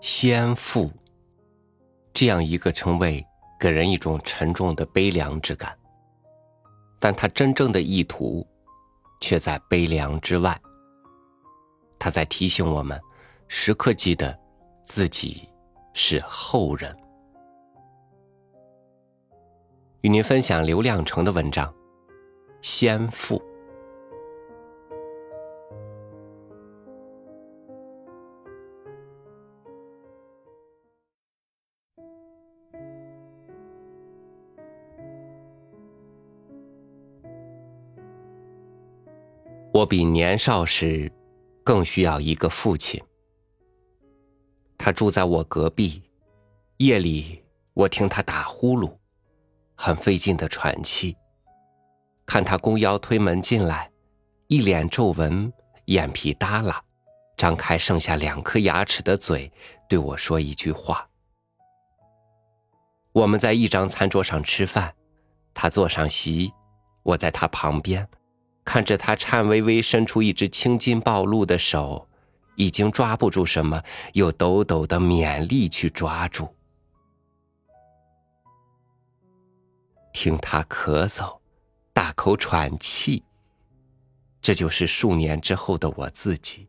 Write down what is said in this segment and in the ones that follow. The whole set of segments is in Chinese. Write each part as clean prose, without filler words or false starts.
先父，这样一个称谓给人一种沉重的悲凉之感，但他真正的意图却在悲凉之外。他在提醒我们时刻记得自己是后人。与您分享刘亮程的文章《先父》。我比年少时更需要一个父亲。他住在我隔壁，夜里我听他打呼噜，很费劲的喘气，看他弓腰推门进来，一脸皱纹，眼皮耷拉，张开剩下2颗牙齿的嘴对我说一句话。我们在一张餐桌上吃饭，他坐上席，我在他旁边，看着他颤巍巍伸出一只青筋暴露的手，已经抓不住什么，又抖抖的勉力去抓住。听他咳嗽，大口喘气，这就是数年之后的我自己。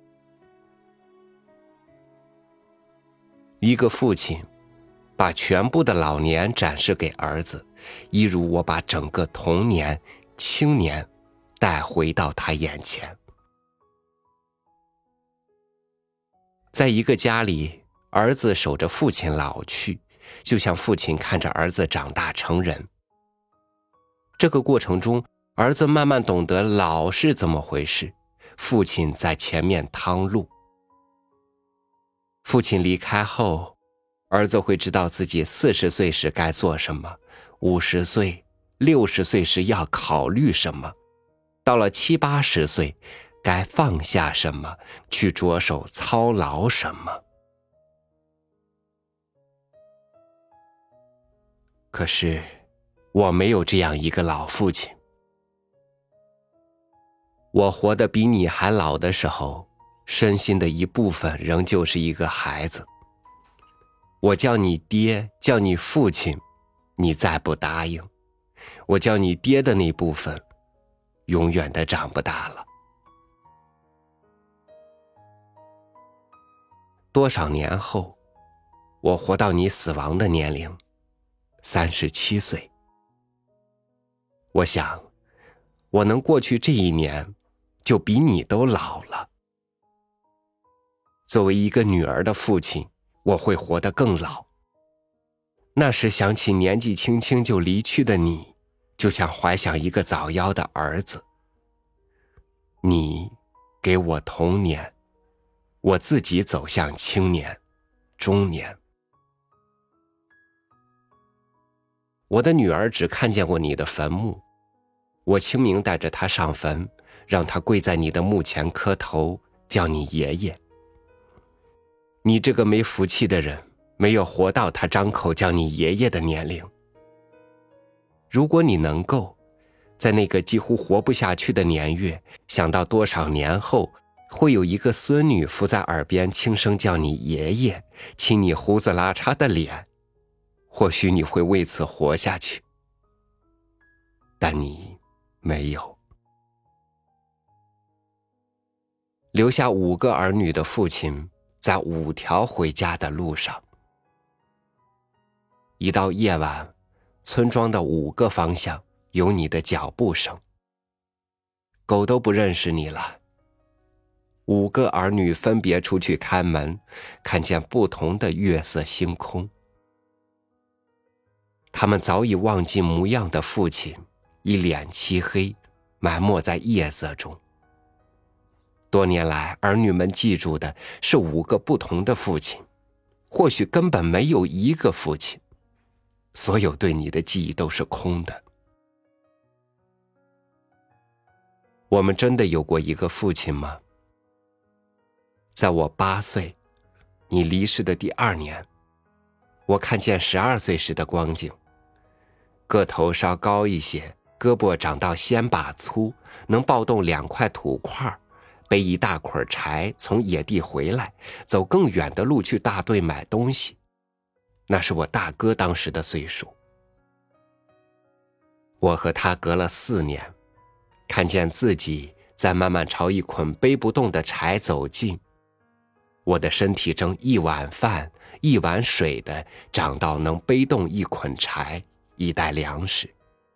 一个父亲把全部的老年展示给儿子，一如我把整个童年、青年带回到他眼前。在一个家里，儿子守着父亲老去，就像父亲看着儿子长大成人。这个过程中，儿子慢慢懂得老是怎么回事，父亲在前面趟路。父亲离开后，儿子会知道自己40岁时该做什么，50岁、60岁时要考虑什么，到了70、80岁，该放下什么，去着手操劳什么。可是，我没有这样一个老父亲。我活得比你还老的时候，身心的一部分仍旧是一个孩子。我叫你爹，叫你父亲，你再不答应，我叫你爹的那部分永远的长不大了。多少年后，我活到你死亡的年龄，37岁。我想，我能过去这一年，就比你都老了。作为一个女儿的父亲，我会活得更老。那时想起年纪轻轻就离去的你，就像怀想一个早夭的儿子。你给我童年，我自己走向青年、中年。我的女儿只看见过你的坟墓，我清明带着她上坟，让她跪在你的墓前磕头，叫你爷爷。你这个没福气的人，没有活到他张口叫你爷爷的年龄。如果你能够在那个几乎活不下去的年月，想到多少年后会有一个孙女伏在耳边轻声叫你爷爷，亲你胡子拉碴的脸，或许你会为此活下去。但你没有。留下5个儿女的父亲，在5条回家的路上。一到夜晚，村庄的5个方向有你的脚步声。狗都不认识你了。5个儿女分别出去看门，看见不同的月色星空。他们早已忘记模样的父亲，一脸漆黑，埋没在夜色中。多年来，儿女们记住的是5个不同的父亲，或许根本没有一个父亲，所有对你的记忆都是空的。我们真的有过一个父亲吗？在我8岁，你离世的第2年，我看见12岁时的光景。个头稍高一些，胳膊长到肩把粗，能抱动2块土块， 背一大捆柴从野地回来，走更远的路去大队买东西。那是我大哥当时的岁数。我和他隔了4年，看见自己在慢慢朝一捆背不动的柴走近，我的身体正一碗饭一碗水的长到能背动一捆柴一袋粮食。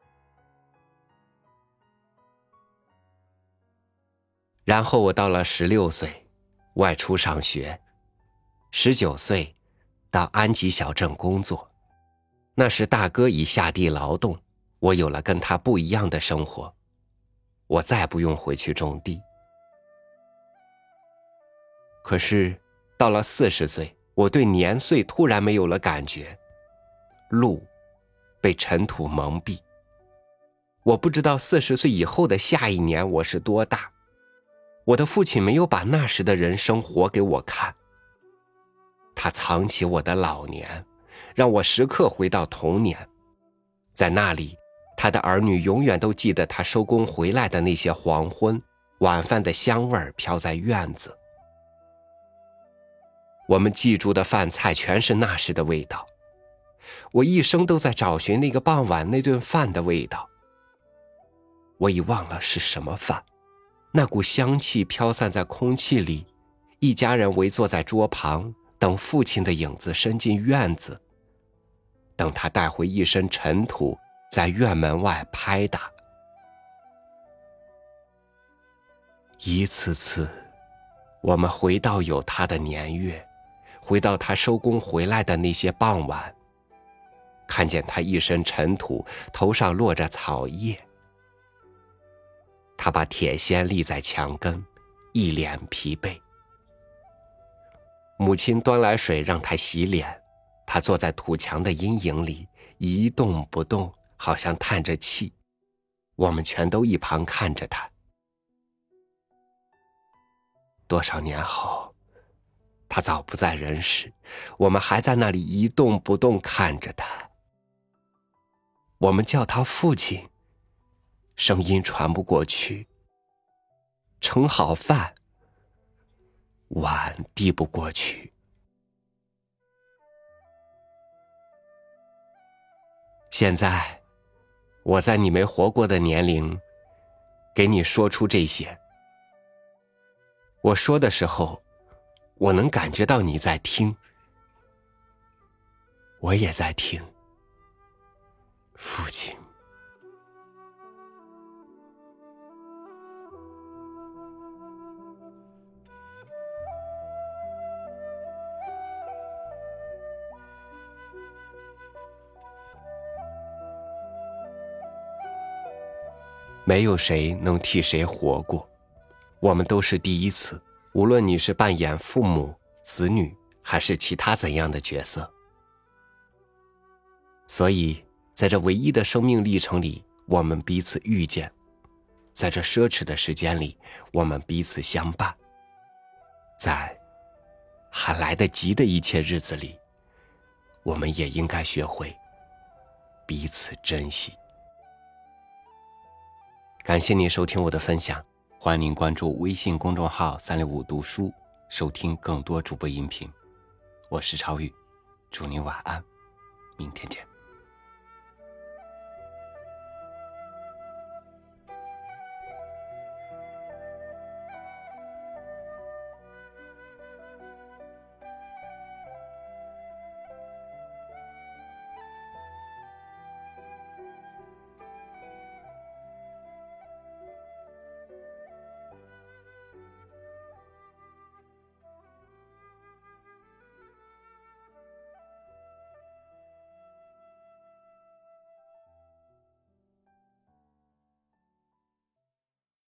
然后我到了16岁，外出上学，19岁到安吉小镇工作。那时大哥已下地劳动，我有了跟他不一样的生活，我再不用回去种地。可是到了40岁，我对年岁突然没有了感觉，路被尘土蒙蔽。我不知道40岁以后的下一年我是多大。我的父亲没有把那时的人生活给我看，他藏起我的老年，让我时刻回到童年。在那里，他的儿女永远都记得他收工回来的那些黄昏，晚饭的香味飘在院子。我们记住的饭菜全是那时的味道，我一生都在找寻那个傍晚那顿饭的味道。我已忘了是什么饭，那股香气飘散在空气里，一家人围坐在桌旁，等父亲的影子伸进院子，等他带回一身尘土，在院门外拍打。一次次，我们回到有他的年月，回到他收工回来的那些傍晚，看见他一身尘土，头上落着草叶。他把铁锨立在墙根，一脸疲惫。母亲端来水让他洗脸，他坐在土墙的阴影里，一动不动，好像叹着气。我们全都一旁看着他。多少年后，他早不在人世，我们还在那里一动不动看着他。我们叫他父亲，声音传不过去，盛好饭，碗递不过去。现在，我在你没活过的年龄，给你说出这些。我说的时候，我能感觉到你在听，我也在听，父亲。没有谁能替谁活过，我们都是第一次，无论你是扮演父母、子女，还是其他怎样的角色。所以，在这唯一的生命历程里，我们彼此遇见；在这奢侈的时间里，我们彼此相伴；在还来得及的一切日子里，我们也应该学会彼此珍惜。感谢您收听我的分享，欢迎您关注微信公众号365读书，收听更多主播音频。我是超宇，祝您晚安，明天见。